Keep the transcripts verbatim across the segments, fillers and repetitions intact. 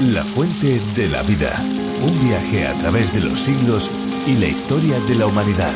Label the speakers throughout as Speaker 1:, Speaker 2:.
Speaker 1: La fuente de la vida. Un viaje a través de los siglos y la historia de la humanidad.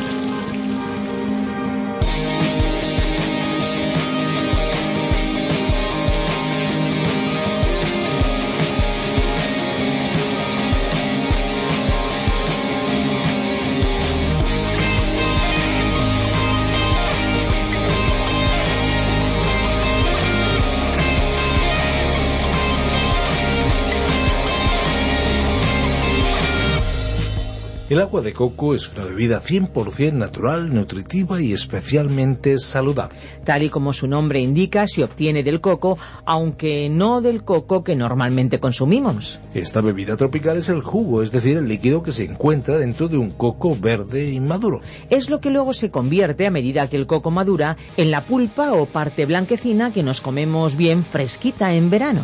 Speaker 2: El agua de coco es una bebida cien por ciento natural, nutritiva y especialmente saludable.
Speaker 3: Tal y como su nombre indica, se obtiene del coco, aunque no del coco que normalmente consumimos.
Speaker 2: Esta bebida tropical es el jugo, es decir, el líquido que se encuentra dentro de un coco verde y maduro.
Speaker 3: Es lo que luego se convierte, a medida que el coco madura, en la pulpa o parte blanquecina que nos comemos bien fresquita en verano.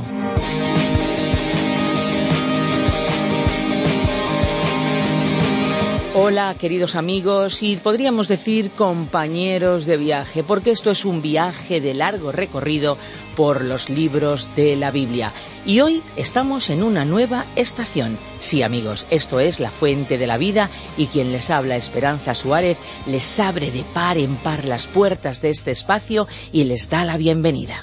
Speaker 3: Hola, queridos amigos, y podríamos decir compañeros de viaje, porque esto es un viaje de largo recorrido por los libros de la Biblia. Y hoy estamos en una nueva estación. Sí, amigos, esto es La Fuente de la Vida, y quien les habla, Esperanza Suárez, les abre de par en par las puertas de este espacio y les da la bienvenida.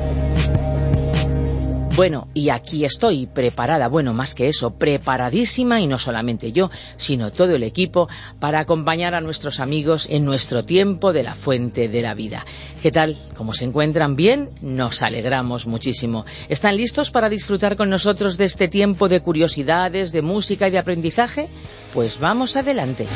Speaker 3: Bueno, y aquí estoy preparada, bueno, más que eso, preparadísima, y no solamente yo, sino todo el equipo, para acompañar a nuestros amigos en nuestro tiempo de la Fuente de la Vida. ¿Qué tal? ¿Cómo se encuentran? ¿Bien? Nos alegramos muchísimo. ¿Están listos para disfrutar con nosotros de este tiempo de curiosidades, de música y de aprendizaje? Pues vamos adelante.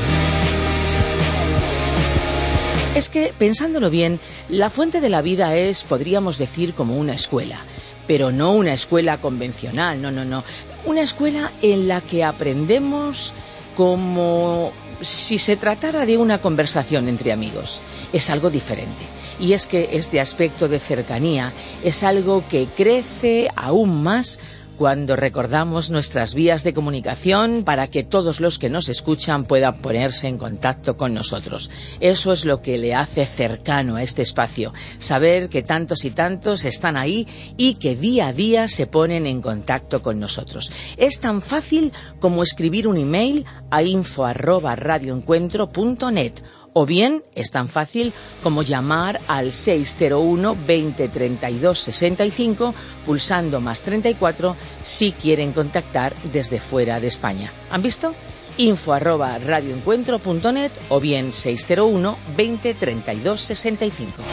Speaker 3: Es que, pensándolo bien, la Fuente de la Vida es, podríamos decir, como una escuela. Pero no una escuela convencional, no, no, no. Una escuela en la que aprendemos como si se tratara de una conversación entre amigos. Es algo diferente. Y es que este aspecto de cercanía es algo que crece aún más cuando recordamos nuestras vías de comunicación para que todos los que nos escuchan puedan ponerse en contacto con nosotros. Eso es lo que le hace cercano a este espacio, saber que tantos y tantos están ahí y que día a día se ponen en contacto con nosotros. Es tan fácil como escribir un email a info arroba radioencuentro punto net. O bien es tan fácil como llamar al seis cero uno, veinte, treinta y dos, sesenta y cinco pulsando más treinta y cuatro si quieren contactar desde fuera de España. ¿Han visto? info arroba radioencuentro punto net o bien seis cero uno, veinte, treinta y dos, sesenta y cinco.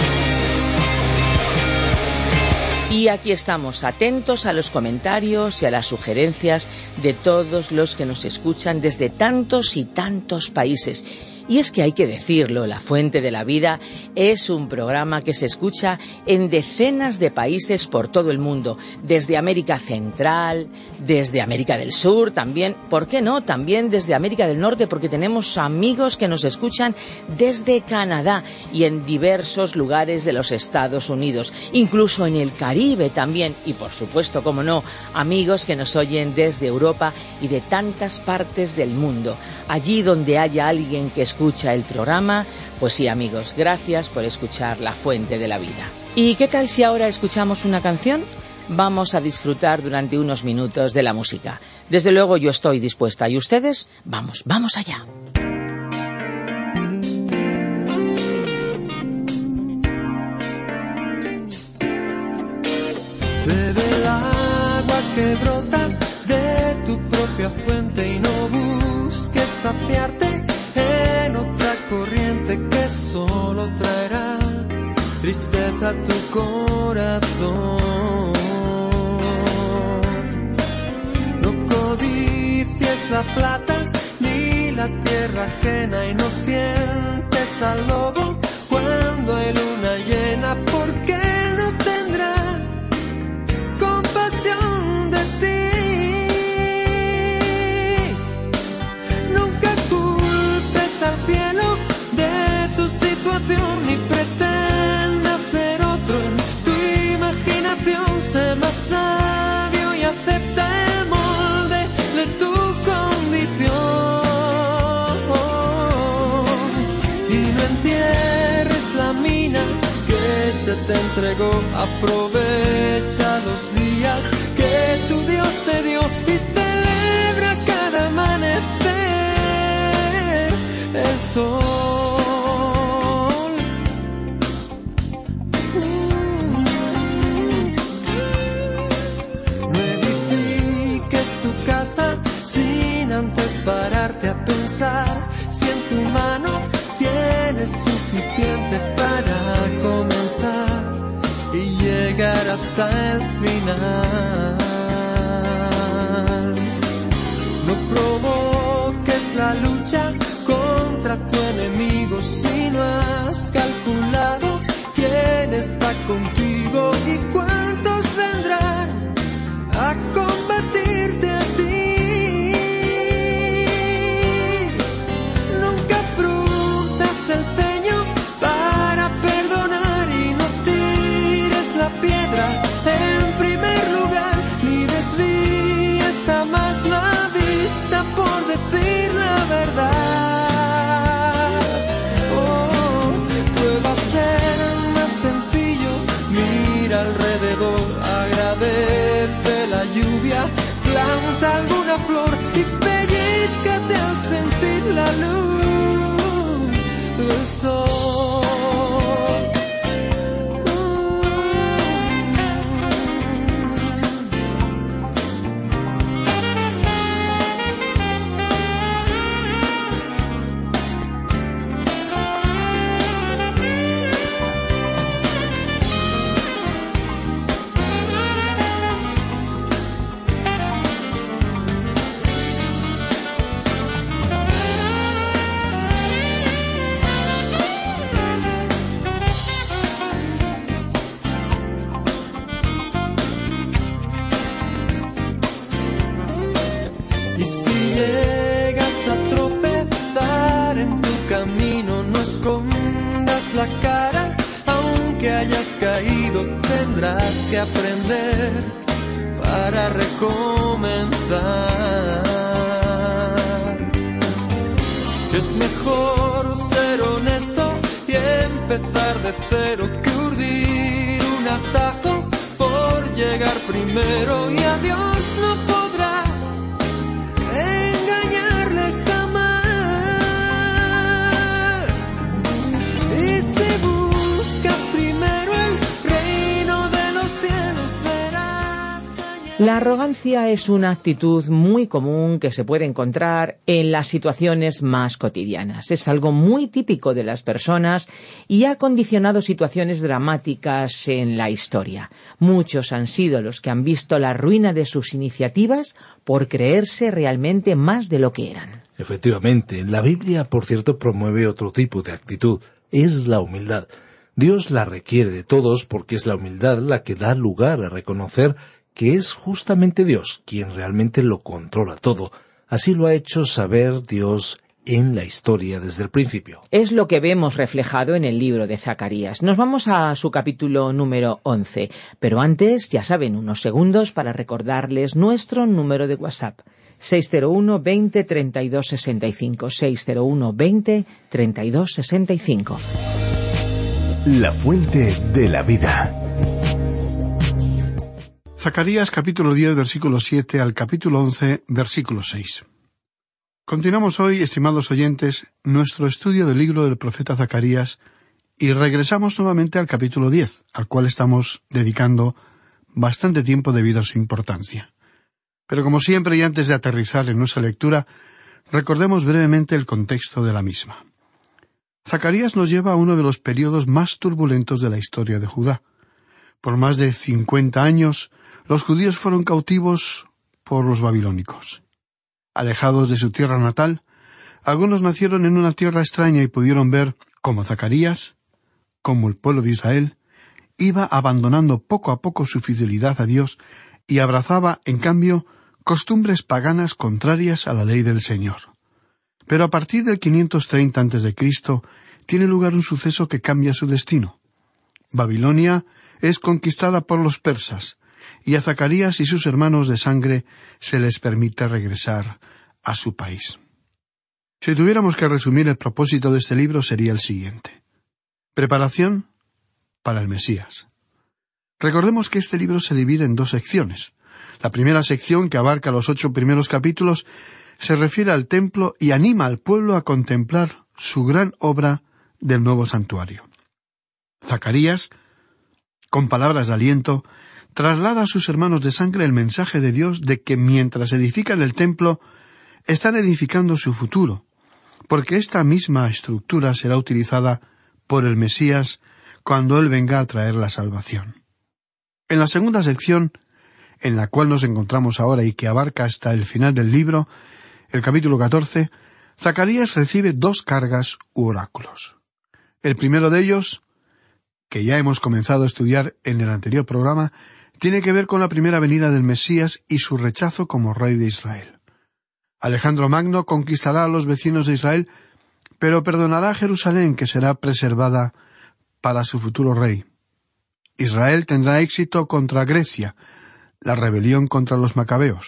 Speaker 3: Y aquí estamos, atentos a los comentarios y a las sugerencias de todos los que nos escuchan desde tantos y tantos países. Y es que hay que decirlo, La Fuente de la Vida es un programa que se escucha en decenas de países por todo el mundo, desde América Central, desde América del Sur también, ¿por qué no? También desde América del Norte, porque tenemos amigos que nos escuchan desde Canadá y en diversos lugares de los Estados Unidos, incluso en el Caribe también, y por supuesto, como no, amigos que nos oyen desde Europa y de tantas partes del mundo. Allí donde haya alguien que escucha el programa, pues sí, amigos, gracias por escuchar La Fuente de la Vida. ¿Y qué tal si ahora escuchamos una canción? Vamos a disfrutar durante unos minutos de la música. Desde luego yo estoy dispuesta. ¿Y ustedes? Vamos, vamos allá.
Speaker 4: Bebe el agua que brota de tu propia fuente y no busques saciarte en otra corriente que solo traerá tristeza a tu corazón. No codicies la plata ni la tierra ajena y no tientes al lobo cuando hay luna llena, porque él no tendrá compasión de ti. Nunca culpes al cielo de tu situación ni pretendas ser otro en tu imaginación. Sé más sabio y acepta el molde de tu condición y no entierres la mina que se te entregó. Aprovecha los días que tu Dios te dio y celebra cada amanecer el sol. No edifiques tu casa sin antes pararte a pensar si en tu mano tienes suficiente para comenzar y llegar hasta el final. No provoques la lucha contra tu enemigo si no has calculado quién está contigo y cuántos vendrán a combatirte a ti. Nunca frunzas el ceño para perdonar y no tires la piedra en primer lugar, ni desvíes jamás la vista por decir la verdad. Oh, prueba ser más sencillo, mira alrededor, agradece la lluvia, planta alguna flor y pellízcate al sentir la luz del sol. Y si llegas a tropezar en tu camino, no escondas la cara, aunque hayas caído tendrás que aprender para recomenzar. Es mejor ser honesto y empezar de cero que urdir un atajo por llegar primero, y a Dios no podrás engañarle jamás. Y si buscas primero el reino de los cielos, verás añadir...
Speaker 3: La arrogancia es una actitud muy común que se puede encontrar en las situaciones más cotidianas. Es algo muy típico de las personas y ha condicionado situaciones dramáticas en la historia. Muchos han sido los que han visto la ruina de sus iniciativas por creerse realmente más de lo que eran.
Speaker 2: Efectivamente, la Biblia, por cierto, promueve otro tipo de actitud, es la humildad. Dios la requiere de todos porque es la humildad la que da lugar a reconocer que es justamente Dios quien realmente lo controla todo. Así lo ha hecho saber Dios en la historia desde el principio.
Speaker 3: Es lo que vemos reflejado en el libro de Zacarías. Nos vamos a su capítulo número once, pero antes, ya saben, unos segundos para recordarles nuestro número de WhatsApp. seis cero uno, veinte, treinta y dos, sesenta y cinco, seis cero uno, veinte, treinta y dos, sesenta y cinco.
Speaker 1: La fuente de la vida.
Speaker 5: Zacarías capítulo diez, versículo siete al capítulo once, versículo seis. Continuamos hoy, estimados oyentes, nuestro estudio del libro del profeta Zacarías y regresamos nuevamente al capítulo diez, al cual estamos dedicando bastante tiempo debido a su importancia. Pero como siempre y antes de aterrizar en nuestra lectura, recordemos brevemente el contexto de la misma. Zacarías nos lleva a uno de los periodos más turbulentos de la historia de Judá. Por más de cincuenta años, los judíos fueron cautivos por los babilónicos. Alejados de su tierra natal, algunos nacieron en una tierra extraña y pudieron ver cómo Zacarías, como el pueblo de Israel, iba abandonando poco a poco su fidelidad a Dios y abrazaba, en cambio, costumbres paganas contrarias a la ley del Señor. Pero a partir del quinientos treinta antes de Cristo tiene lugar un suceso que cambia su destino. Babilonia es conquistada por los persas, y a Zacarías y sus hermanos de sangre se les permite regresar a su país. Si tuviéramos que resumir el propósito de este libro sería el siguiente: preparación para el Mesías. Recordemos que este libro se divide en dos secciones. La primera sección, que abarca los ocho primeros capítulos, se refiere al templo y anima al pueblo a contemplar su gran obra del nuevo santuario. Zacarías, con palabras de aliento, traslada a sus hermanos de sangre el mensaje de Dios de que mientras edifican el templo, están edificando su futuro, porque esta misma estructura será utilizada por el Mesías cuando Él venga a traer la salvación. En la segunda sección, en la cual nos encontramos ahora y que abarca hasta el final del libro, el capítulo catorce, Zacarías recibe dos cargas u oráculos. El primero de ellos, que ya hemos comenzado a estudiar en el anterior programa, tiene que ver con la primera venida del Mesías y su rechazo como rey de Israel. Alejandro Magno conquistará a los vecinos de Israel, pero perdonará a Jerusalén, que será preservada para su futuro rey. Israel tendrá éxito contra Grecia, la rebelión contra los macabeos.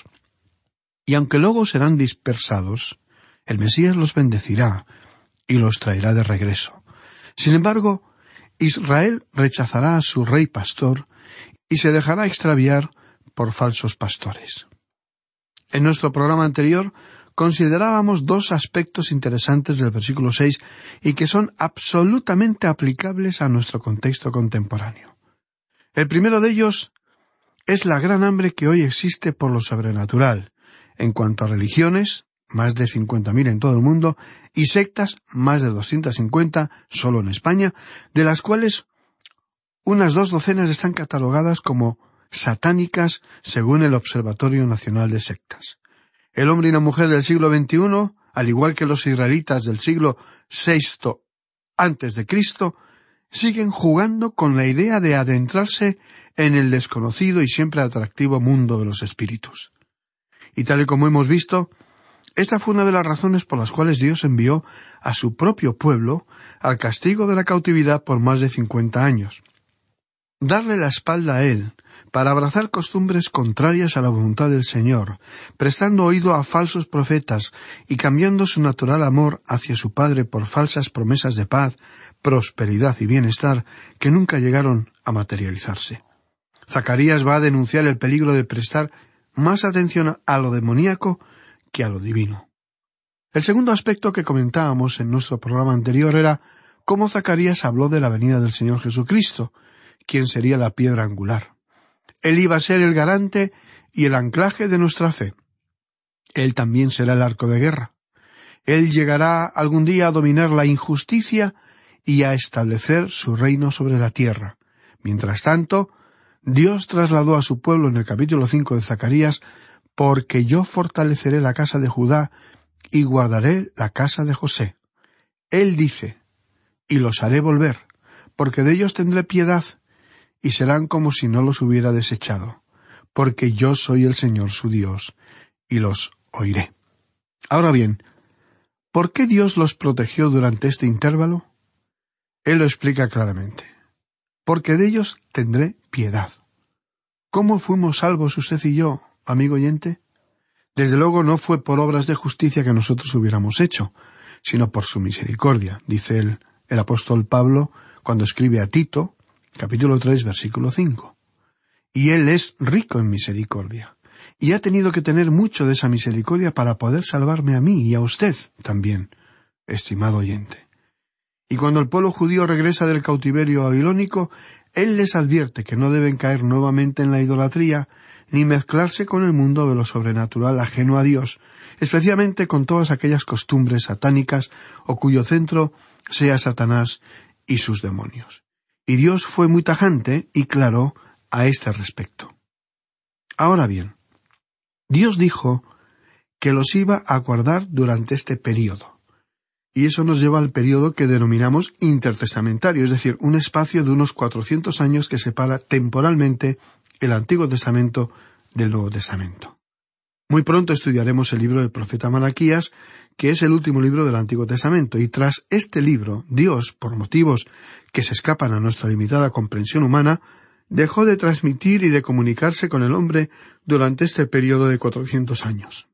Speaker 5: Y aunque luego serán dispersados, el Mesías los bendecirá y los traerá de regreso. Sin embargo, Israel rechazará a su rey pastor y se dejará extraviar por falsos pastores. En nuestro programa anterior considerábamos dos aspectos interesantes del versículo seis y que son absolutamente aplicables a nuestro contexto contemporáneo. El primero de ellos es la gran hambre que hoy existe por lo sobrenatural, en cuanto a religiones, más de cincuenta mil en todo el mundo, y sectas, más de doscientas cincuenta solo en España, de las cuales unas dos docenas están catalogadas como satánicas según el Observatorio Nacional de Sectas. El hombre y la mujer del siglo veintiuno, al igual que los israelitas del siglo sexto antes de Cristo, siguen jugando con la idea de adentrarse en el desconocido y siempre atractivo mundo de los espíritus. Y tal y como hemos visto, esta fue una de las razones por las cuales Dios envió a su propio pueblo al castigo de la cautividad por más de cincuenta años. Darle la espalda a Él, para abrazar costumbres contrarias a la voluntad del Señor, prestando oído a falsos profetas y cambiando su natural amor hacia su Padre por falsas promesas de paz, prosperidad y bienestar que nunca llegaron a materializarse. Zacarías va a denunciar el peligro de prestar más atención a lo demoníaco que a lo divino. El segundo aspecto que comentábamos en nuestro programa anterior era cómo Zacarías habló de la venida del Señor Jesucristo, quien sería la piedra angular. Él iba a ser el garante y el anclaje de nuestra fe. Él también será el arco de guerra. Él llegará algún día a dominar la injusticia y a establecer su reino sobre la tierra. Mientras tanto, Dios trasladó a su pueblo en el capítulo cinco de Zacarías, porque yo fortaleceré la casa de Judá y guardaré la casa de José. Él dice, y los haré volver, porque de ellos tendré piedad, y serán como si no los hubiera desechado, porque yo soy el Señor su Dios, y los oiré. Ahora bien, ¿por qué Dios los protegió durante este intervalo? Él lo explica claramente. Porque de ellos tendré piedad. ¿Cómo fuimos salvos usted y yo, amigo oyente? Desde luego no fue por obras de justicia que nosotros hubiéramos hecho, sino por su misericordia, dice el, el apóstol Pablo cuando escribe a Tito, capítulo tres, versículo cinco. Y Él es rico en misericordia, y ha tenido que tener mucho de esa misericordia para poder salvarme a mí y a usted también, estimado oyente. Y cuando el pueblo judío regresa del cautiverio babilónico, Él les advierte que no deben caer nuevamente en la idolatría, ni mezclarse con el mundo de lo sobrenatural ajeno a Dios, especialmente con todas aquellas costumbres satánicas o cuyo centro sea Satanás y sus demonios. Y Dios fue muy tajante y claro a este respecto. Ahora bien, Dios dijo que los iba a guardar durante este período. Y eso nos lleva al período que denominamos intertestamentario, es decir, un espacio de unos cuatrocientos años que separa temporalmente el Antiguo Testamento del Nuevo Testamento. Muy pronto estudiaremos el libro del profeta Malaquías, que es el último libro del Antiguo Testamento, y tras este libro, Dios, por motivos que se escapan a nuestra limitada comprensión humana, dejó de transmitir y de comunicarse con el hombre durante este período de cuatrocientos años.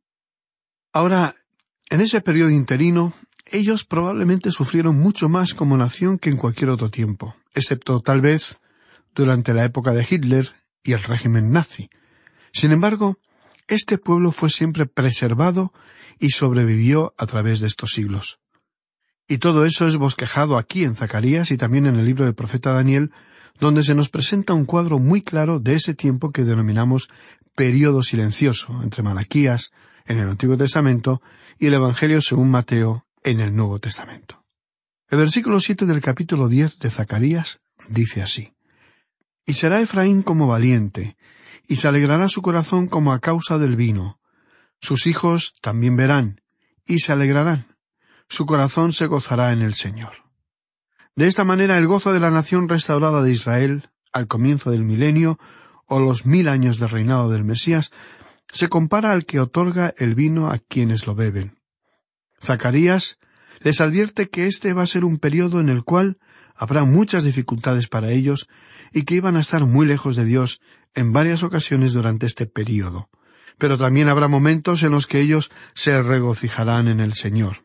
Speaker 5: Ahora, en ese período interino, ellos probablemente sufrieron mucho más como nación que en cualquier otro tiempo, excepto tal vez durante la época de Hitler y el régimen nazi. Sin embargo, este pueblo fue siempre preservado y sobrevivió a través de estos siglos. Y todo eso es bosquejado aquí en Zacarías y también en el libro del profeta Daniel, donde se nos presenta un cuadro muy claro de ese tiempo que denominamos período silencioso entre Malaquías en el Antiguo Testamento y el Evangelio según Mateo en el Nuevo Testamento. El versículo siete del capítulo diez de Zacarías dice así: Y será Efraín como valiente, y se alegrará su corazón como a causa del vino. Sus hijos también verán, y se alegrarán. Su corazón se gozará en el Señor. De esta manera el gozo de la nación restaurada de Israel, al comienzo del milenio, o los mil años de reinado del Mesías, se compara al que otorga el vino a quienes lo beben. Zacarías les advierte que este va a ser un periodo en el cual habrá muchas dificultades para ellos y que iban a estar muy lejos de Dios en varias ocasiones durante este período. Pero también habrá momentos en los que ellos se regocijarán en el Señor.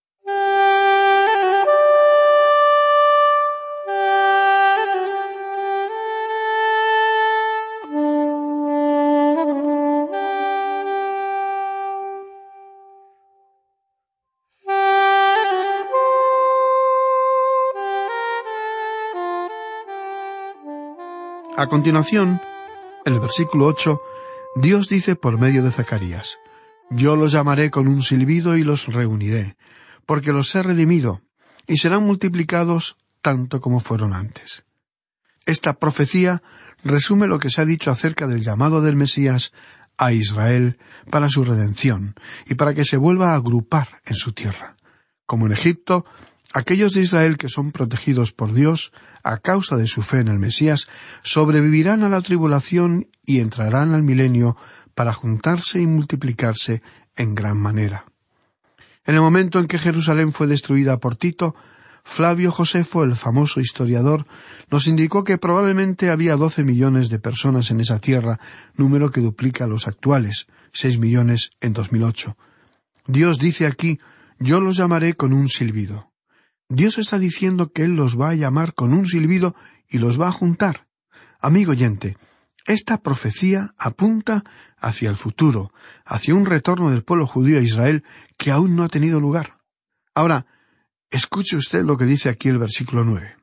Speaker 5: A continuación, en el versículo ocho, Dios dice por medio de Zacarías: Yo los llamaré con un silbido y los reuniré, porque los he redimido, y serán multiplicados tanto como fueron antes. Esta profecía resume lo que se ha dicho acerca del llamado del Mesías a Israel para su redención, y para que se vuelva a agrupar en su tierra. Como en Egipto, aquellos de Israel que son protegidos por Dios a causa de su fe en el Mesías sobrevivirán a la tribulación y entrarán al milenio para juntarse y multiplicarse en gran manera. En el momento en que Jerusalén fue destruida por Tito, Flavio Josefo, el famoso historiador, nos indicó que probablemente había doce millones de personas en esa tierra, número que duplica los actuales, seis millones en dos mil ocho. Dios dice aquí: Yo los llamaré con un silbido. Dios está diciendo que Él los va a llamar con un silbido y los va a juntar. Amigo oyente, esta profecía apunta hacia el futuro, hacia un retorno del pueblo judío a Israel que aún no ha tenido lugar. Ahora, escuche usted lo que dice aquí el versículo nueve.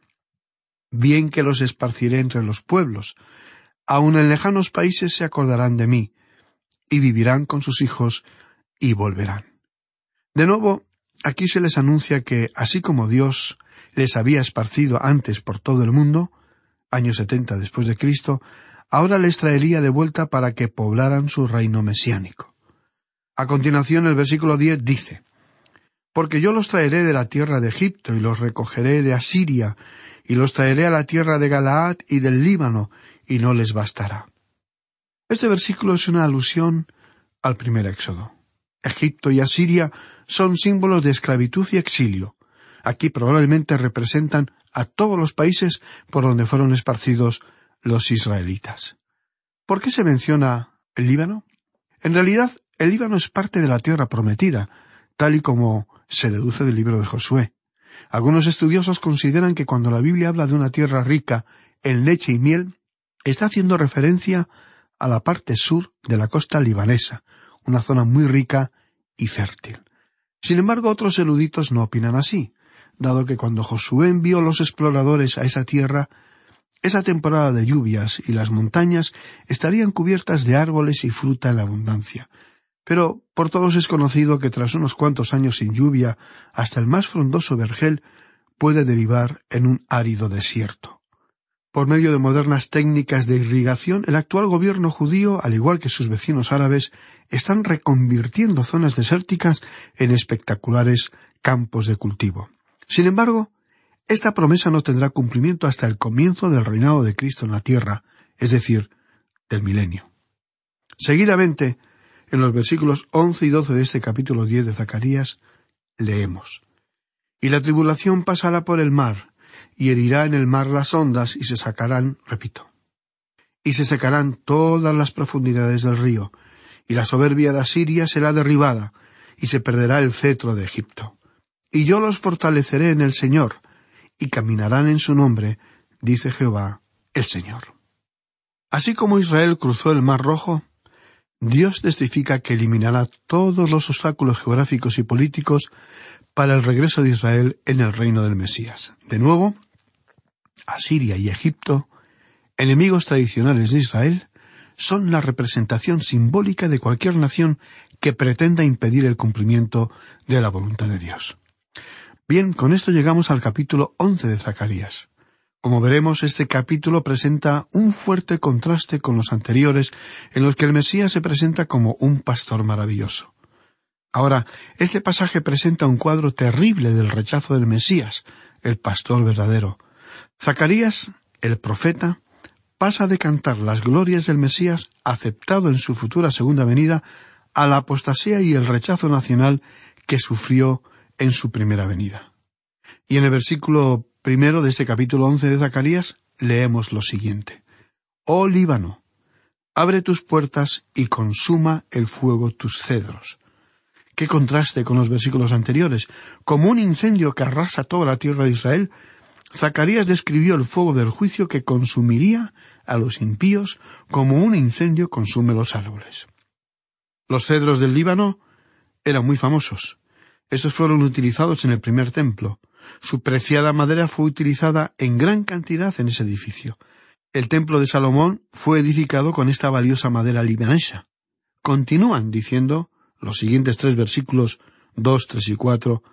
Speaker 5: Bien que los esparciré entre los pueblos, aun en lejanos países se acordarán de mí, y vivirán con sus hijos y volverán. De nuevo, aquí se les anuncia que, así como Dios les había esparcido antes por todo el mundo, año setenta después de Cristo, ahora les traería de vuelta para que poblaran su reino mesiánico. A continuación, el versículo diez dice: Porque yo los traeré de la tierra de Egipto, y los recogeré de Asiria, y los traeré a la tierra de Galaad y del Líbano, y no les bastará. Este versículo es una alusión al primer éxodo. Egipto y Asiria son símbolos de esclavitud y exilio. Aquí probablemente representan a todos los países por donde fueron esparcidos los israelitas. ¿Por qué se menciona el Líbano? En realidad, el Líbano es parte de la tierra prometida, tal y como se deduce del libro de Josué. Algunos estudiosos consideran que cuando la Biblia habla de una tierra rica en leche y miel, está haciendo referencia a la parte sur de la costa libanesa, una zona muy rica y fértil. Sin embargo, otros eruditos no opinan así, dado que cuando Josué envió los exploradores a esa tierra, esa temporada de lluvias y las montañas estarían cubiertas de árboles y fruta en abundancia. Pero por todos es conocido que tras unos cuantos años sin lluvia, hasta el más frondoso vergel puede derivar en un árido desierto. Por medio de modernas técnicas de irrigación, el actual gobierno judío, al igual que sus vecinos árabes, están reconvirtiendo zonas desérticas en espectaculares campos de cultivo. Sin embargo, esta promesa no tendrá cumplimiento hasta el comienzo del reinado de Cristo en la tierra, es decir, del milenio. Seguidamente, en los versículos once y doce de este capítulo diez de Zacarías, leemos: Y la tribulación pasará por el mar, y herirá en el mar las ondas, y se sacarán, repito, y se secarán todas las profundidades del río, y la soberbia de Asiria será derribada, y se perderá el cetro de Egipto. Y yo los fortaleceré en el Señor, y caminarán en su nombre, dice Jehová el Señor. Así como Israel cruzó el mar Rojo, Dios testifica que eliminará todos los obstáculos geográficos y políticos para el regreso de Israel en el reino del Mesías. De nuevo, Asiria y Egipto, enemigos tradicionales de Israel, son la representación simbólica de cualquier nación que pretenda impedir el cumplimiento de la voluntad de Dios. Bien, con esto llegamos al capítulo once de Zacarías. Como veremos, este capítulo presenta un fuerte contraste con los anteriores, en los que el Mesías se presenta como un pastor maravilloso. Ahora, este pasaje presenta un cuadro terrible del rechazo del Mesías, el pastor verdadero. Zacarías, el profeta, pasa de cantar las glorias del Mesías, aceptado en su futura segunda venida, a la apostasía y el rechazo nacional que sufrió en su primera venida. Y en el versículo primero de este capítulo once de Zacarías leemos lo siguiente: «Oh Líbano, abre tus puertas y consuma el fuego tus cedros». Qué contraste con los versículos anteriores. Como un incendio que arrasa toda la tierra de Israel, Zacarías describió el fuego del juicio que consumiría a los impíos como un incendio consume los árboles. Los cedros del Líbano eran muy famosos. Estos fueron utilizados en el primer templo. Su preciada madera fue utilizada en gran cantidad en ese edificio. El templo de Salomón fue edificado con esta valiosa madera libanesa. Continúan diciendo los siguientes tres versículos, dos, tres y cuatro,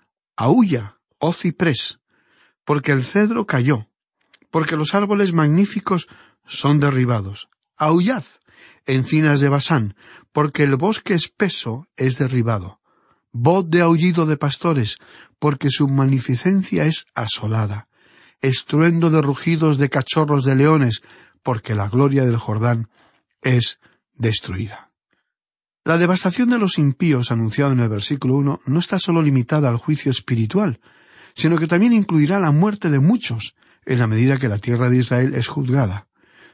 Speaker 5: «Aúlla, oh ciprés, porque el cedro cayó, porque los árboles magníficos son derribados. Aullad, encinas de Basán, porque el bosque espeso es derribado. Voz de aullido de pastores, porque su magnificencia es asolada. Estruendo de rugidos de cachorros de leones, porque la gloria del Jordán es destruida». La devastación de los impíos anunciada en el versículo uno no está solo limitada al juicio espiritual, sino que también incluirá la muerte de muchos, en la medida que la tierra de Israel es juzgada.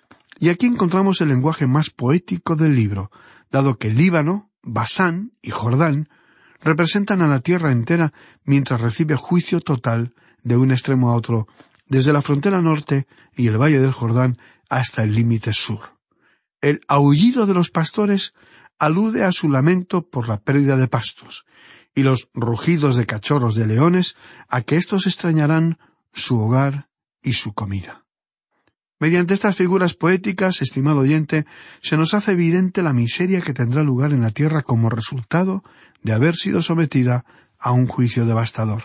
Speaker 5: Y aquí encontramos el lenguaje más poético del libro, dado que Líbano, Basán y Jordán representan a la tierra entera mientras recibe juicio total de un extremo a otro, desde la frontera norte y el valle del Jordán hasta el límite sur. El aullido de los pastores alude a su lamento por la pérdida de pastos, y los rugidos de cachorros de leones a que éstos extrañarán su hogar y su comida. Mediante estas figuras poéticas, estimado oyente, se nos hace evidente la miseria que tendrá lugar en la tierra como resultado de haber sido sometida a un juicio devastador.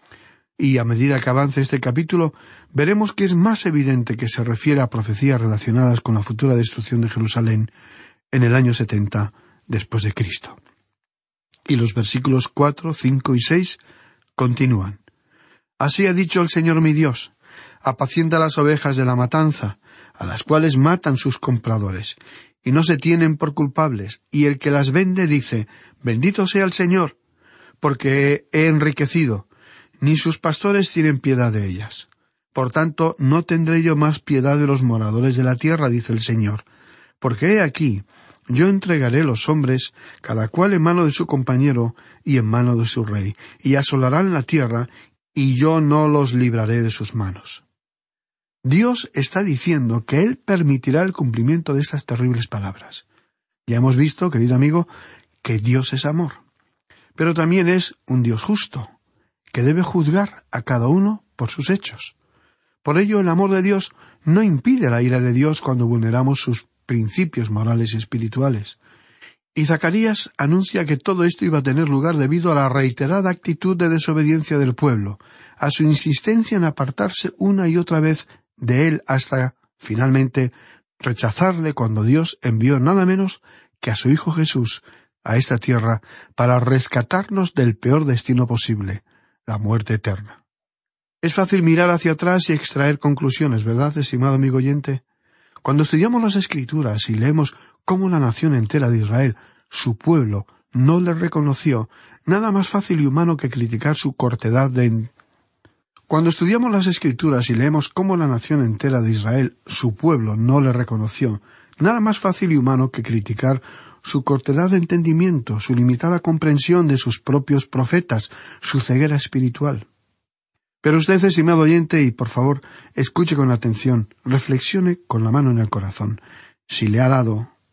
Speaker 5: Y a medida que avance este capítulo, veremos que es más evidente que se refiere a profecías relacionadas con la futura destrucción de Jerusalén en el año setenta después de Cristo. Y los versículos cuatro, cinco y seis continúan. «Así ha dicho el Señor mi Dios, apacienta las ovejas de la matanza, a las cuales matan sus compradores, y no se tienen por culpables, y el que las vende dice, bendito sea el Señor, porque he enriquecido, ni sus pastores tienen piedad de ellas. Por tanto, no tendré yo más piedad de los moradores de la tierra, dice el Señor, porque he aquí, yo entregaré los hombres, cada cual en mano de su compañero y en mano de su rey, y asolarán la tierra, y yo no los libraré de sus manos». Dios está diciendo que Él permitirá el cumplimiento de estas terribles palabras. Ya hemos visto, querido amigo, que Dios es amor, pero también es un Dios justo, que debe juzgar a cada uno por sus hechos. Por ello, el amor de Dios no impide la ira de Dios cuando vulneramos sus principios morales y espirituales. Y Zacarías anuncia que todo esto iba a tener lugar debido a la reiterada actitud de desobediencia del pueblo, a su insistencia en apartarse una y otra vez de él hasta, finalmente, rechazarle cuando Dios envió nada menos que a su Hijo Jesús a esta tierra para rescatarnos del peor destino posible, la muerte eterna. Es fácil mirar hacia atrás y extraer conclusiones, ¿verdad, estimado amigo oyente? Cuando estudiamos las Escrituras y leemos cómo la nación entera de Israel, su pueblo, no le reconoció, nada más fácil y humano que criticar su cortedad de... Cuando estudiamos las Escrituras y leemos cómo la nación entera de Israel, su pueblo, no le reconoció, nada más fácil y humano que criticar su cortedad de entendimiento, su limitada comprensión de sus propios profetas, su ceguera espiritual. Pero usted, estimado oyente, y por favor, escuche con atención, reflexione con la mano en el corazón. Si le ha dado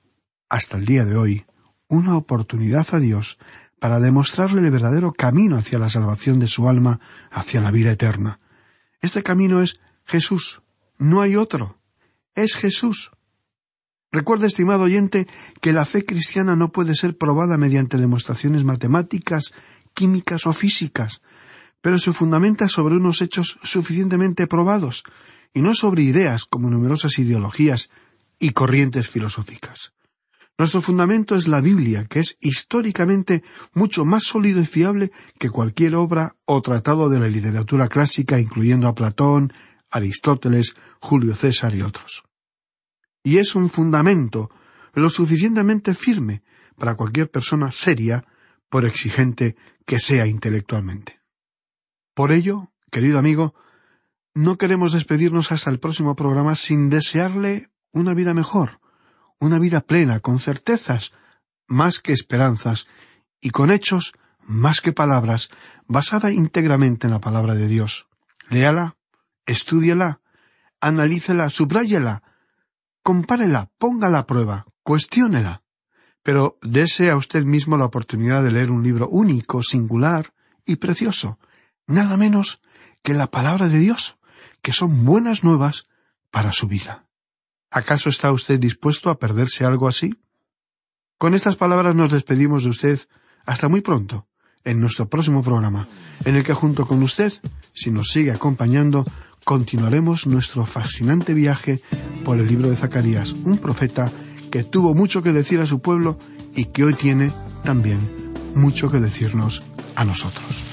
Speaker 5: hasta el día de hoy, una oportunidad a Dios para demostrarle el verdadero camino hacia la salvación de su alma, hacia la vida eterna. Este camino es Jesús, no hay otro, es Jesús. Recuerda, estimado oyente, que la fe cristiana no puede ser probada mediante demostraciones matemáticas, químicas o físicas, pero se fundamenta sobre unos hechos suficientemente probados, y no sobre ideas como numerosas ideologías y corrientes filosóficas. Nuestro fundamento es la Biblia, que es históricamente mucho más sólido y fiable que cualquier obra o tratado de la literatura clásica, incluyendo a Platón, Aristóteles, Julio César y otros. Y es un fundamento lo suficientemente firme para cualquier persona seria, por exigente que sea intelectualmente. Por ello, querido amigo, no queremos despedirnos hasta el próximo programa sin desearle una vida mejor, una vida plena, con certezas más que esperanzas y con hechos más que palabras, basada íntegramente en la palabra de Dios. Léala, estúdiela, analícela, subráyela, compárela, póngala a prueba, cuestiónela. Pero dese a usted mismo la oportunidad de leer un libro único, singular y precioso, nada menos que la palabra de Dios, que son buenas nuevas para su vida. ¿Acaso está usted dispuesto a perderse algo así? Con estas palabras nos despedimos de usted hasta muy pronto, en nuestro próximo programa, en el que junto con usted, si nos sigue acompañando, continuaremos nuestro fascinante viaje por el libro de Zacarías, un profeta que tuvo mucho que decir a su pueblo y que hoy tiene también mucho que decirnos a nosotros.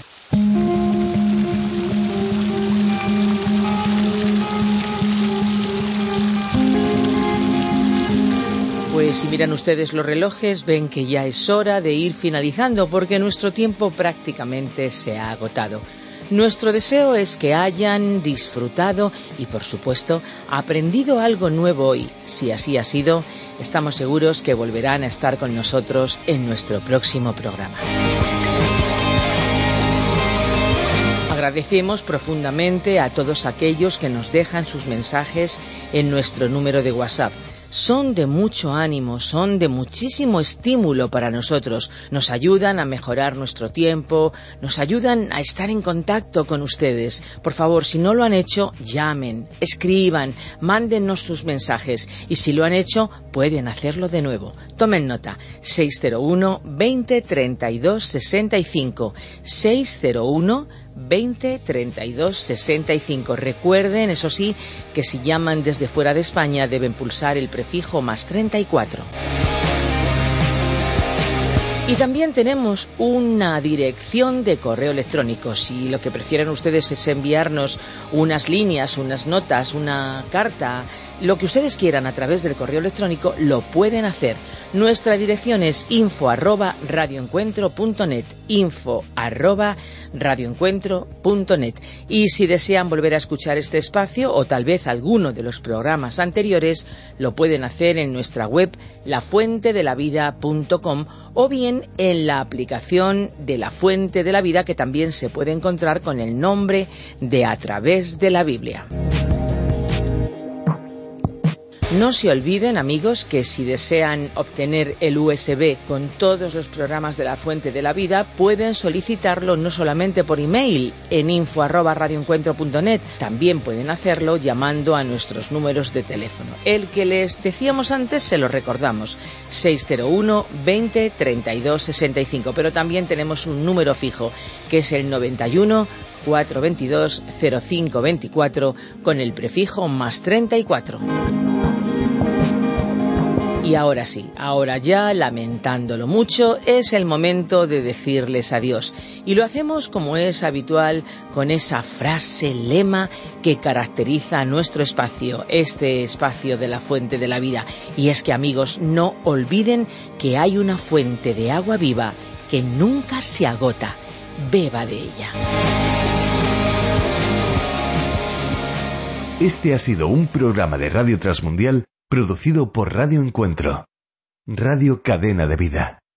Speaker 3: Pues si miran ustedes los relojes, ven que ya es hora de ir finalizando porque nuestro tiempo prácticamente se ha agotado. Nuestro deseo es que hayan disfrutado y, por supuesto, aprendido algo nuevo hoy. Si así ha sido, estamos seguros que volverán a estar con nosotros en nuestro próximo programa. Agradecemos profundamente a todos aquellos que nos dejan sus mensajes en nuestro número de WhatsApp. Son de mucho ánimo, son de muchísimo estímulo para nosotros. Nos ayudan a mejorar nuestro tiempo, nos ayudan a estar en contacto con ustedes. Por favor, si no lo han hecho, llamen, escriban, mándennos sus mensajes. Y si lo han hecho, pueden hacerlo de nuevo. Tomen nota, seis cero uno, veinte, treinta y dos, sesenta y cinco, seis cero uno, veinte, treinta y dos, sesenta y cinco. Recuerden, eso sí, que si llaman desde fuera de España deben pulsar el prefijo más treinta y cuatro. Y también tenemos una dirección de correo electrónico. Si lo que prefieren ustedes es enviarnos unas líneas, unas notas, una carta, lo que ustedes quieran a través del correo electrónico, lo pueden hacer. Nuestra dirección es info arroba radioencuentro punto net, info arroba radioencuentro punto net. Y si desean volver a escuchar este espacio o tal vez alguno de los programas anteriores, lo pueden hacer en nuestra web la fuente de la vida punto com o bien en la aplicación de La Fuente de la Vida, que también se puede encontrar con el nombre de A Través de la Biblia. No se olviden, amigos, que si desean obtener el U S B con todos los programas de La Fuente de la Vida, pueden solicitarlo no solamente por email en info arroba radioencuentro punto net, también pueden hacerlo llamando a nuestros números de teléfono. El que les decíamos antes se lo recordamos, seis cero uno, veinte, treinta y dos, sesenta y cinco, pero también tenemos un número fijo, que es el noventa y uno, cuatrocientos veintidós, cero cinco veinticuatro, con el prefijo más treinta y cuatro. Y ahora sí, ahora ya, lamentándolo mucho, es el momento de decirles adiós. Y lo hacemos como es habitual, con esa frase lema que caracteriza a nuestro espacio, este espacio de la Fuente de la Vida. Y es que, amigos, no olviden que hay una fuente de agua viva que nunca se agota. Beba de ella.
Speaker 1: Este ha sido un programa de Radio Transmundial producido por Radio Encuentro, Radio Cadena de Vida.